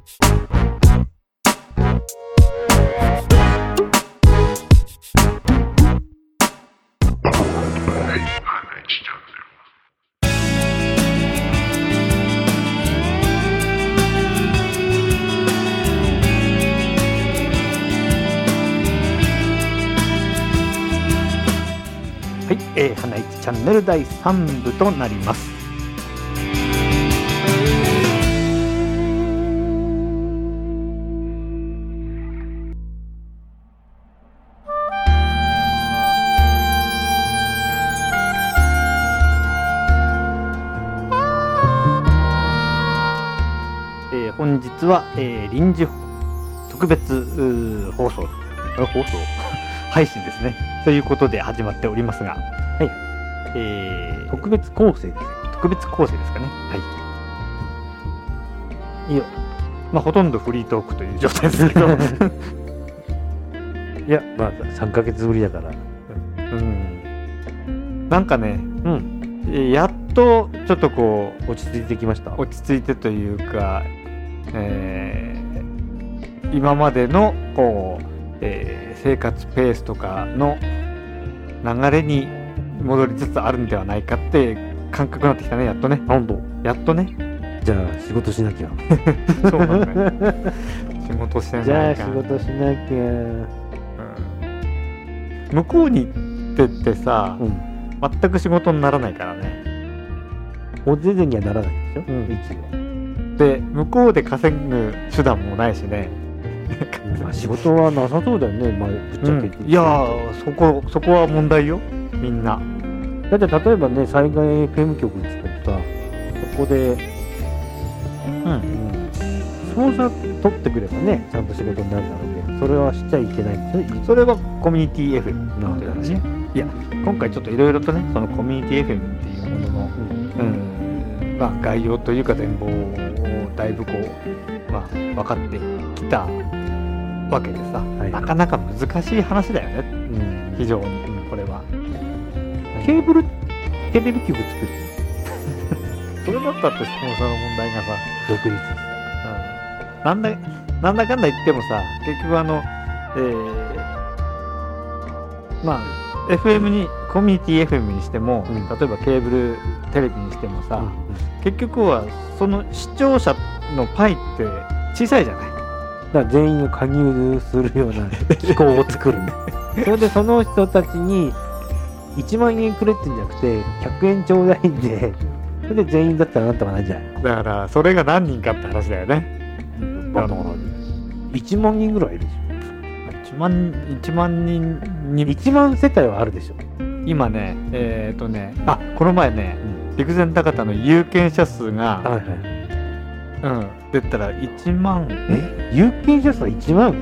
はい、花市チャンネル第3部となります。本日は、臨時特別放送配信ですねということで始まっておりますが、はい、特別構成ですね。特別構成ですかね。はい。いや、まあほとんどフリートークという状態ですけど、 いや、まあ3ヶ月ぶりだから、 なんかね、やっとちょっとこう落ち着いてきました。 落ち着いてというか、今までのこう、生活ペースとかの流れに戻りつつあるんではないかって感覚になってきたね。やっとね。 本当。 やっとね。 じゃあ仕事しなきゃ。 そうなんだね。仕事しなきゃ。 じゃあ仕事しなきゃ。 向こうに行ってってさ、全く仕事にならないからね。 おぜぜにはならないでしょ。一応。 で向こうで稼ぐ手段もないしね。 まあ仕事はなさそうだよね。まあぶっちゃけ。 いやー、そこは問題よ。みんな。 だって例えばね、災害 FM 局って言ったらさ、そこでスポンサー取ってくればね、ちゃんと仕事になるだろうけど、それはしちゃいけないんですよ。 それはコミュニティ FM なんだよね。いや、今回ちょっといろいろとね、そのコミュニティ FM っていうものの、まあ概要というか全貌をだいぶこう、まあ分かってきたわけでさ、なかなか難しい話だよね。非常に、これは。 ケーブルテレビ局作る。 それだったってスポンサーの問題がさ、 独立。 なんだかんだ言ってもさ、結局まあ FM にコミュニティ FM にしても、例えばケーブルテレビにしてもさ、結局はその視聴者のパイって小さいじゃない。 だから全員を加入するような機構を作るんだ。それでその人たちに1万円くれってんじゃなくて100円ちょうだいんで、それで全員だったらなんとかなんじゃない。 だからそれが何人かって話だよね。 1万人ぐらいいるでしょ。 1万人に 1万世帯はあるでしょ。 今ね、この前ね、陸前高田の有権者数が、出たら1万。 有権者数は1万？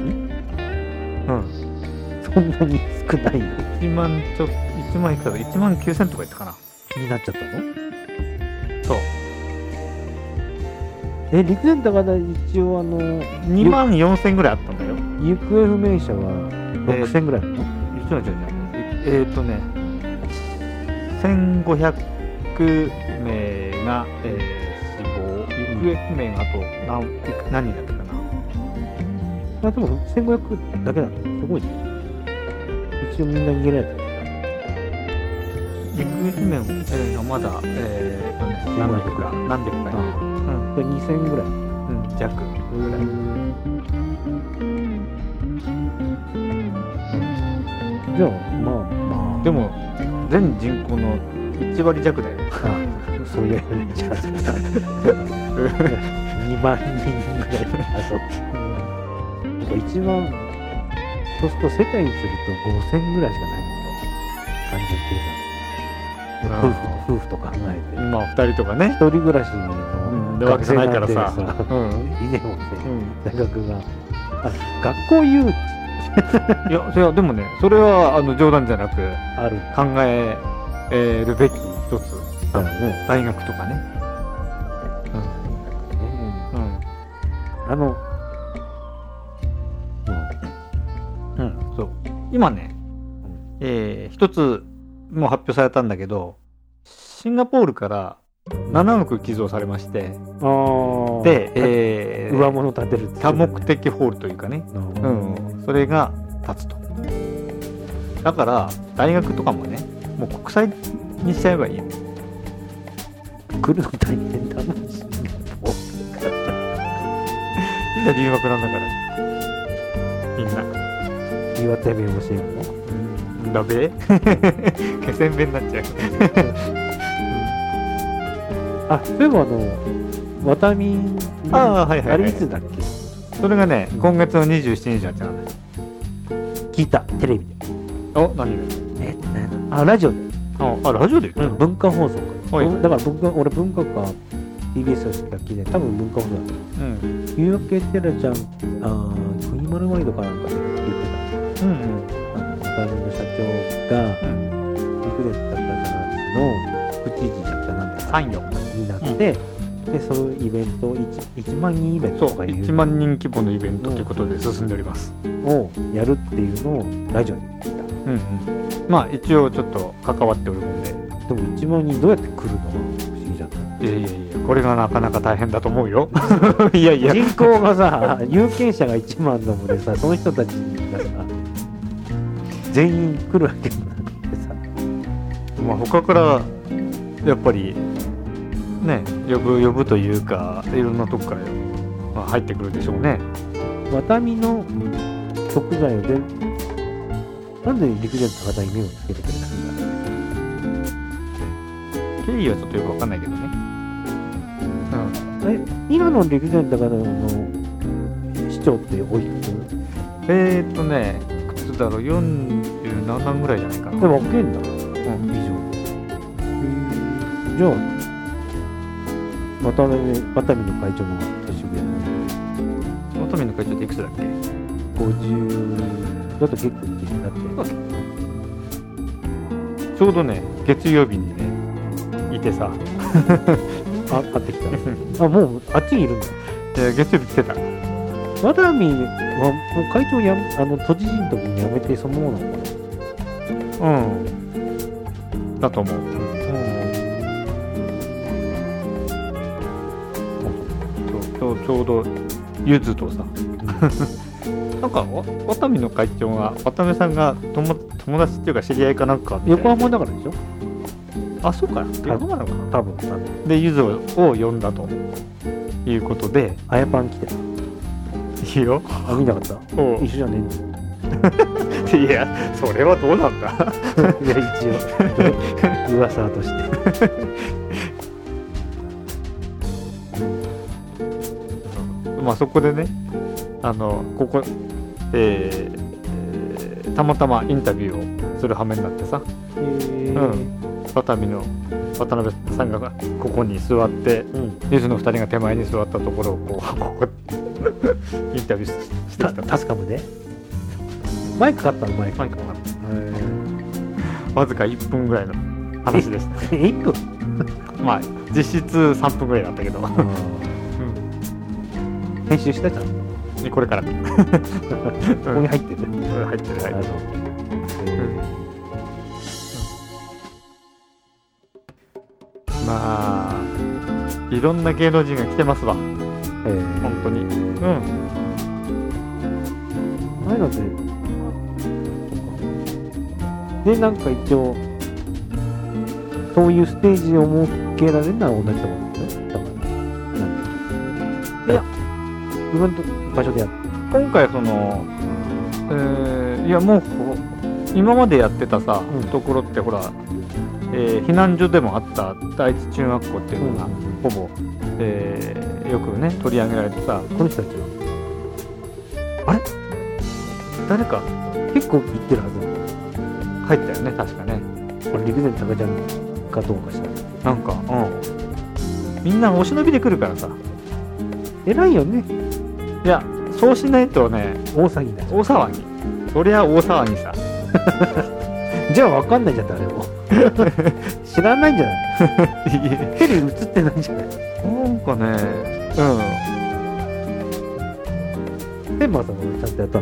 そんなに少ないの ？1万いくらだ、1万9000とか言ったかなになっちゃったの？ そう。 陸前高田一応 2万4000ぐらいあったんだよ。 行方不明者は6000ぐらいなの？ 1500名が、死亡、行方不明があと何人だったかな。 まあでも1500だけなの？すごいね。一応みんな逃げられてる。 行方不明がまだ、何百かいる。 2000ぐらい。 弱ぐらい。 じゃあまあでも全人口の1割弱だよ。 そういうじゃあ2万人ぐらい。1万、そうすると世帯にすると5000ぐらいしかないのよ。単純計算。夫婦と考えて。 まあ2人とかね。 一人暮らしの学生ないからさ。 以前もね、大学が学校言う。 いやでもね、それは冗談じゃなく考えるべき一つだよね。大学とかね。そう。今ね、一つもう発表されたんだけど、シンガポールから7億寄贈されまして、 あで、 上物立てる多目的ホールというかね、それが立つと。だから大学とかもね、もう国際にしちゃえばいいよ。 来るの大変だな。 みんな留学なんだから、みんな岩手弁教えるのだべ気仙弁になっちゃうあ、そういえばワタミあれいつだっけ。 それがね、今月の27日だったの。 聞いた、テレビで。 何でラジオで。 ラジオで言った、 文化放送か。 はいだから俺文化か TBS しか聞いてない。多分文化放送だ。夕焼けテラちゃん、国丸ワイドかなんかで言ってた。ワタミの社長が、陸前高田の副知事だったなんだ参与になって、でそういうイベント1万人イベントとかいう 1万人規模のイベントということで進んでおりますをやるっていうのをラジオで聞いた。 まあ一応ちょっと関わっておるもんで。 でも1万人どうやって来るのが不思議じゃない。 いやこれがなかなか大変だと思うよいや人口がさ有権者が1万のもでさ、その人たちがさ全員来るわけになってさ、 まあ他からやっぱりね、呼ぶというか、いろんなとこから、入ってくるでしょうね。 ワタミの食材をなんで陸前高田に目をつけてくれたんだ。 経緯はちょっとよくわかんないけどね。 今の陸前高田の市長っておいくつ？ いくつだろう、47ぐらいじゃないかな。 でも若いんだ。以上。じゃあワタミの会長の方が年上。 ワタミの会長っていくつだっけ ？50だと結構いってるんだって。 ちょうどね、月曜日にね、いてさ。 会ってきた。もうあっちにいるんだ。 月曜日来てた。 ワタミはもう会長都知事の時に辞めてそのままなのかな。 だと思う。ちょうどゆずとさ、なんかワタミの会長が渡辺さんが友達っていうか知り合いかなんかみたいな。 横浜だからでしょ。 あ、そうか、横浜なのかな。 多分でゆずを呼んだということで、 あやパン来てた。 いいよ。 見なかった。一緒じゃねえんいや、それはどうなんだいや一応噂としてまあそこでね、たまたまインタビューをする羽目になってさ、ワタミの渡辺さんがここに座って、ゆずの2人が手前に座ったところをこインタビューしてきた。 タスカムでマイク買ったの？マイク買った。 わずか1分ぐらいの話でした。 1分まあ実質3分ぐらいだったけど編集したじゃん。 これからこここに入ってる。 入ってる。まあいろんな芸能人が来てますわ。本当に。 あれだってでなんか一応そういうステージを設けられるのは同じところですね。だからいや自分の場所でやる。 今回いやもう今までやってたさ、ところってほら、避難所でもあった第一中学校っていうのが、ほぼ、よくね取り上げられてさ、 この人たちはあれ誰か結構行ってるはず。 入ったよね確かね。 これ陸前高ちゃんかどうかしら。 なんかみんなお忍びで来るからさ。 偉いよね。 いやそうしないとね、 大騒ぎだ。 大騒ぎ。そりゃ大騒ぎさ。 じゃあ分かんないじゃん誰も。知らないんじゃないテレビ映ってないんじゃない。 なんかね、 天馬さんはちゃんとやったの。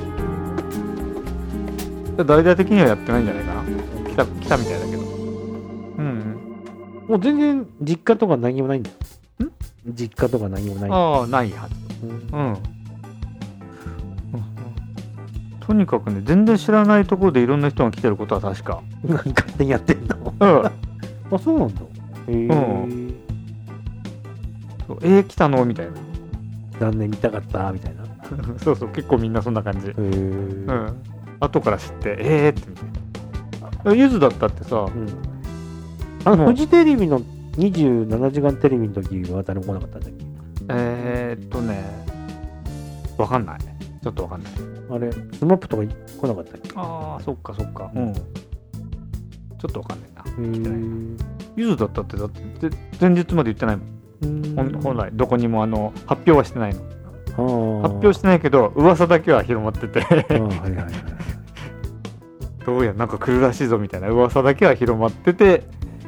大々的にはやってないんじゃないかな。来たみたいだけど。 もう全然実家とか何もないんだよ。 実家とか何もない。 ああ、ないはず。とにかくね、全然知らないところでいろんな人が来てることは確か。 勝手にやってんの。 あ、 そうなんだ。 来たのみたいな。 残念見たかったみたいな。 そうそう、結構みんなそんな感じ。後から知って、ってみたいな。ゆずだったってさ、 フジテレビの27時間テレビの時は誰も来なかったんだっけ？わかんない。ちょっとわかんない。 あれ、スマップとか来なかったっけ？ ああ、そっかそっか。ちょっとわかんないな。来てない。ゆずだったって、だって前日まで言ってないもん。本来、どこにも発表はしてないの。発表してないけど、噂だけは広まってて。どうや、なんか来るらしいぞみたいな噂だけは広まってて、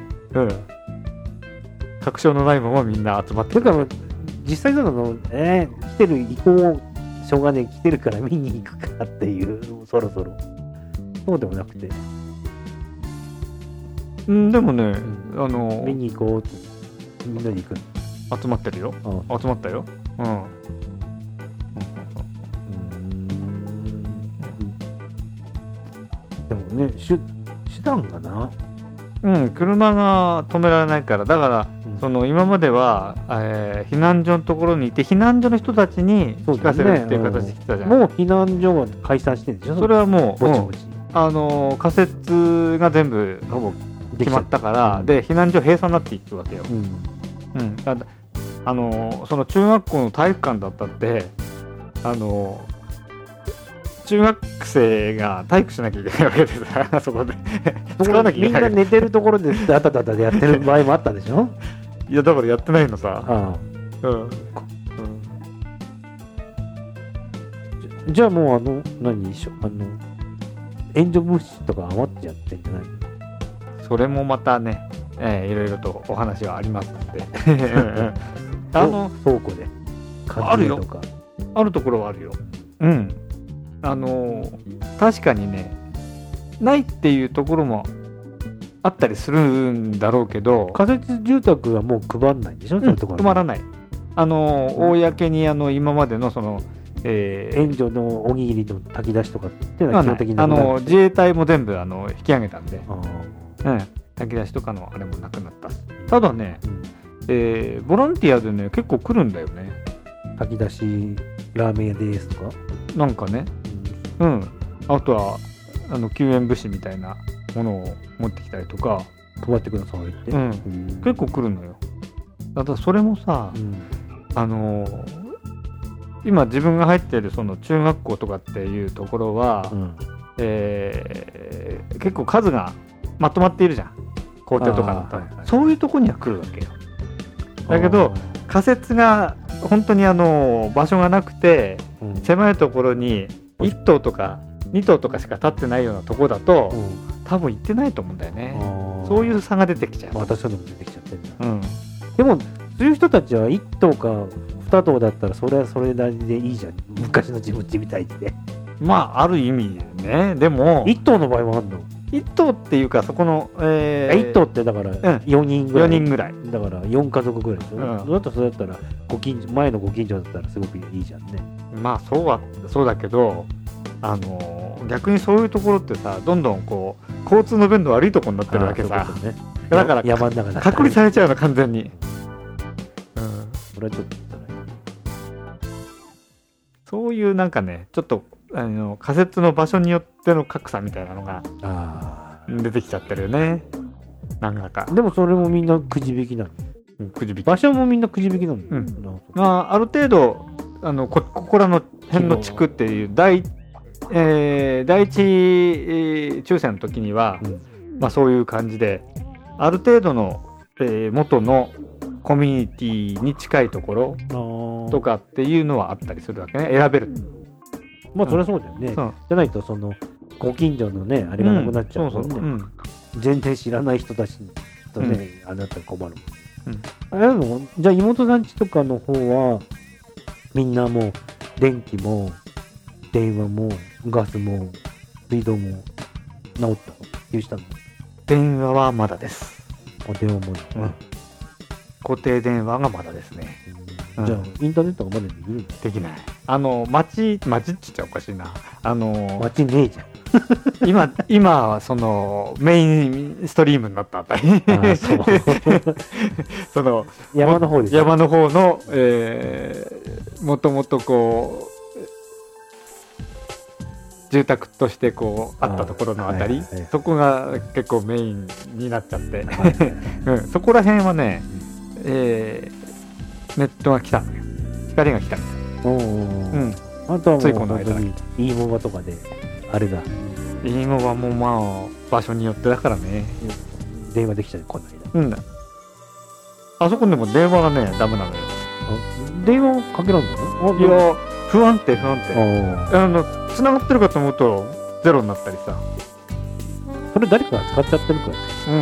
確証のないままみんな集まってる。 だから実際来てる意向しょうがねえ、来てるから見に行くかっていう、そろそろそうでもなくて、 でもね、 見に行こうってみんなで行く。 集まってるよ。集まったよ。 でもね、手段がな、 車が止められないから。だから、今までは、避難所のところにいて、避難所の人たちに聞かせるっていう形で来たじゃん。 もう避難所は解散してるんでしょ。 それはもう、 ぼちぼち仮設が全部ほぼ決まったから、で避難所閉鎖になっていくわけよ。その中学校の体育館だったって中学生が体育しなきゃいけないわけでさ、そこで使わなきゃいけない。 みんな寝てるところでダタダタでやってる場合もあったでしょ。 いやだからやってないのさ。 じゃあもう何援助物資とか余ってやってんじゃないの。 それもまたね、いろいろとお話はありますので倉庫であるよ。あるところはあるよ。確かにね、ないっていうところもあったりするんだろうけど、 仮設住宅はもう配んないんでしょ。そういうところ止まらない。公に今までのその援助のおにぎりの炊き出しとかっていうのは基本的に自衛隊も全部引き上げたんで、炊き出しとかのあれもなくなった。ただね、ボランティアでね結構来るんだよね。 炊き出しラーメン屋ですとかなんかね、あとは救援物資みたいなものを持ってきたりとか、 配ってくださいって、 結構来るのよ。だからそれもさ、今自分が入ってるその中学校とかっていうところは、結構数がまとまっているじゃん、校庭とかだったら。そういうとこには来るわけよ。だけど仮設が本当に場所がなくて、狭いところに1棟とか2棟とかしか立ってないようなところだと、多分行ってないと思うんだよね。そういう差が出てきちゃう。 私はでも出てきちゃってるんだ。でもそういう人たちは1棟か2棟だったらそれはそれなりでいいじゃん。昔の自分家みたいで。 まあある意味ね。でも 1棟の場合もあるの。 1棟っていうかそこの、 1棟ってだから4人ぐらい、 4人ぐらいだから4家族ぐらいでしょ。だったらそれだったら前のご近所だったらすごくいいじゃんね。 まあそうだけど、逆にそういうところってさ、どんどんこう交通の便の悪いところになってるわけさ。だから山の中だ隔離されちゃうの完全に。 それはちょっとそういうなんかね、ちょっと仮設の場所によっての格差みたいなのが出てきちゃってるよね。なんかでもそれもみんなくじ引きなの。 くじ引き。 場所もみんなくじ引きなの。 ある程度ここらの辺の地区っていう第一抽選の時には、そういう感じである程度の、元のコミュニティに近いところとかっていうのはあったりするわけね。選べる。 まあそりゃそうだよね。じゃないとそのご近所のねあれがなくなっちゃうもんね。全然知らない人たちとね、あなたら困るもん。じゃあ妹さん家とかの方はみんなもう電気も電話もガスも水道も治ったの？有したの？ 電話はまだです。 電話も、 固定電話がまだですね。 じゃあインターネットがまだできるの？ できない。街って言っちゃおかしいな。 街ねえじゃん。 今はそのメインストリームになったあたり。 そうその山の方です。 山の方のもともとこう住宅としてこうあったところのあたり、そこが結構メインになっちゃって、そこら辺はね、ネットが来たのよ。光が来たみたい。 あとはもうついこの間本当に e モバとかであれだ。 今はもうまあ場所によってだからね。 電話できちゃうこの間。 あそこでも電話がねダメなのよ。 電話かけらんの？ いや不安定。繋がってるかと思うとゼロになったりさ。 それ誰かが使っちゃってるから。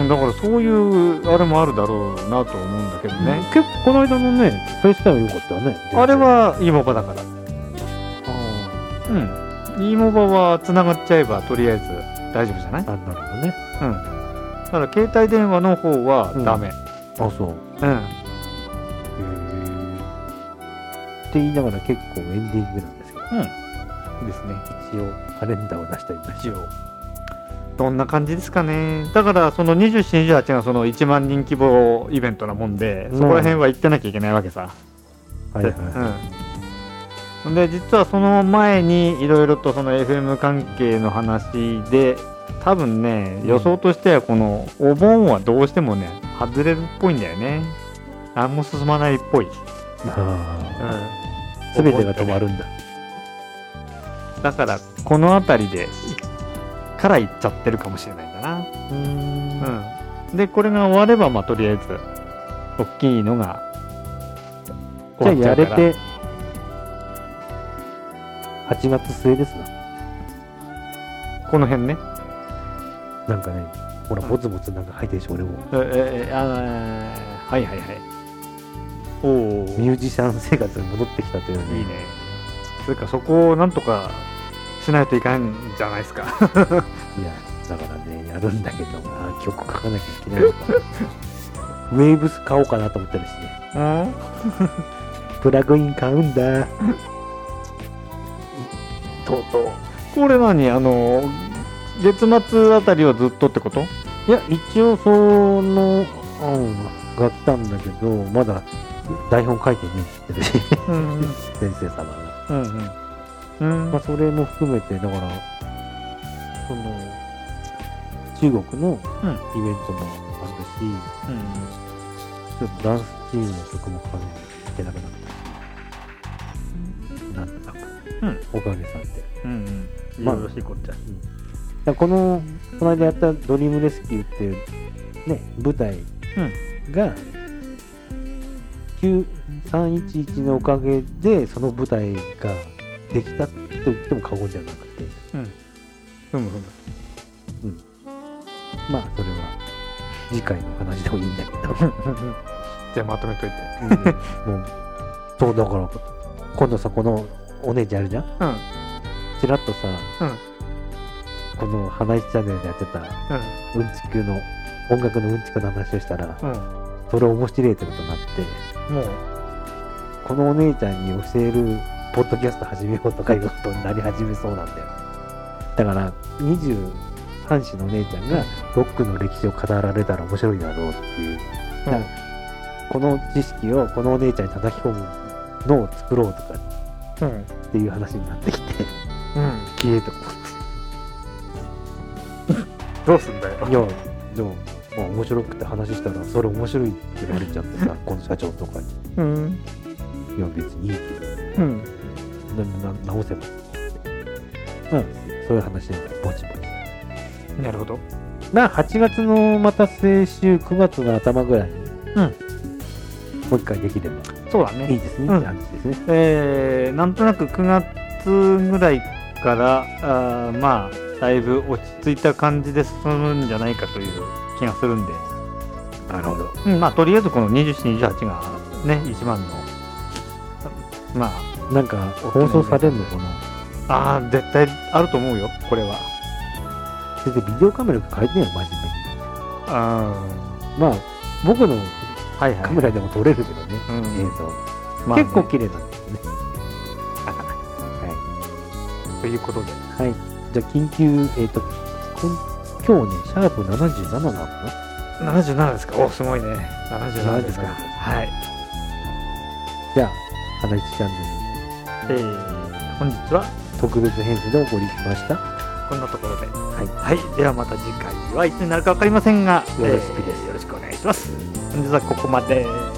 だからそういうあれもあるだろうなと思うんだけどね。 結構この間のね、フェイスタイム良かったよね。 あれは e モバだから。e モバは繋がっちゃえばとりあえず大丈夫じゃない？ なるほどね。 だから携帯電話の方はダメ。 あ、そう。って言いながら結構エンディングなんですけど。 ですね。 一応カレンダーを出したりましょう。 どんな感じですかね。だからその27、28がその1万人規模イベントなもんで、そこら辺は行ってなきゃいけないわけさ。で実はその前にいろいろとその FM 関係の話で、多分ね予想としてはこのお盆はどうしてもね外れるっぽいんだよね。何も進まないっぽい。 全てが止まるんだ。 だからこの辺りでから行っちゃってるかもしれないんだな。でこれが終わればまあとりあえず大きいのがじゃあやれて8月末ですな。 この辺ね。 なんかね、ほらボツボツなんか入ってるでしょ俺も。 はい。 ミュージシャン生活に戻ってきたというね。 いいね。それかそこをなんとかしないといかんじゃないですか。 いやだからねやるんだけどな、曲書かなきゃいけないのか。ウェーブス買おうかなと思ってるしね。プラグイン買うんだ。とうとう。 これ何月末あたりはずっとってこと？ いや一応その案が来たんだけど、まだ台本書いてねえって言ってるし、先生様が。まあそれも含めてだからその中国のイベントもあるし、ちょっとダンスチームの曲も書かなきゃいけなくなったし、なんとなく、おかげさんで。 よろしいこっちゃ。 この間やったドリームレスキューっていうね舞台が、9311のおかげでその舞台ができたと言っても過言じゃなくて、まあそれは次回の話でもいいんだけどじゃあまとめといて、 もうそうだから今度さこのお姉ちゃんあるじゃん、ちらっとさ、この花石チャンネルでやってた、うんちくの音楽のうんちくの話をしたら、それ面白いってことになって、もうこのお姉ちゃんに教えるポッドキャスト始めようとかいうことになり始めそうなんだよ。だから23歳のお姉ちゃんがロックの歴史を語られたら面白いだろうっていう、この知識をこのお姉ちゃんに叩き込むのを作ろうとかっていう話になってきて、消えとかどうすんだよ。 いやでも、まあ、面白くて話したらそれ面白いって言われちゃってさこの社長とかに、いや別にいいけど、直せばそういう話でぼちぼち。なるほど。8月のまた先週9月の頭ぐらいに、もう一回できればそうだね、 いいですねって話ですね。 なんとなく9月ぐらいからまあだいぶ落ち着いた感じで進むんじゃないかという気がするんで。 なるほど。 まあとりあえずこの27、28がね一番のまあなんか放送されるのかな。 絶対あると思うよこれは。 先生ビデオカメラ変えてんよ真面目に。まあ僕のはいはい、 カメラでも撮れるけどね、 うん映像、 まあね結構綺麗なんですよね。 ということで、 はい。じゃあ、緊急、今日ね、シャープ77なのかな。 77ですか。お、すごいね。77ですか。 77 はい。 じゃあ、花市チャンネ本日はル特別編成でお送りしました。 こんなところで。 はい。 はい。ではまた次回はいつになるかわかりませんが、 よろしくですよろしくお願いします。本日はここまで。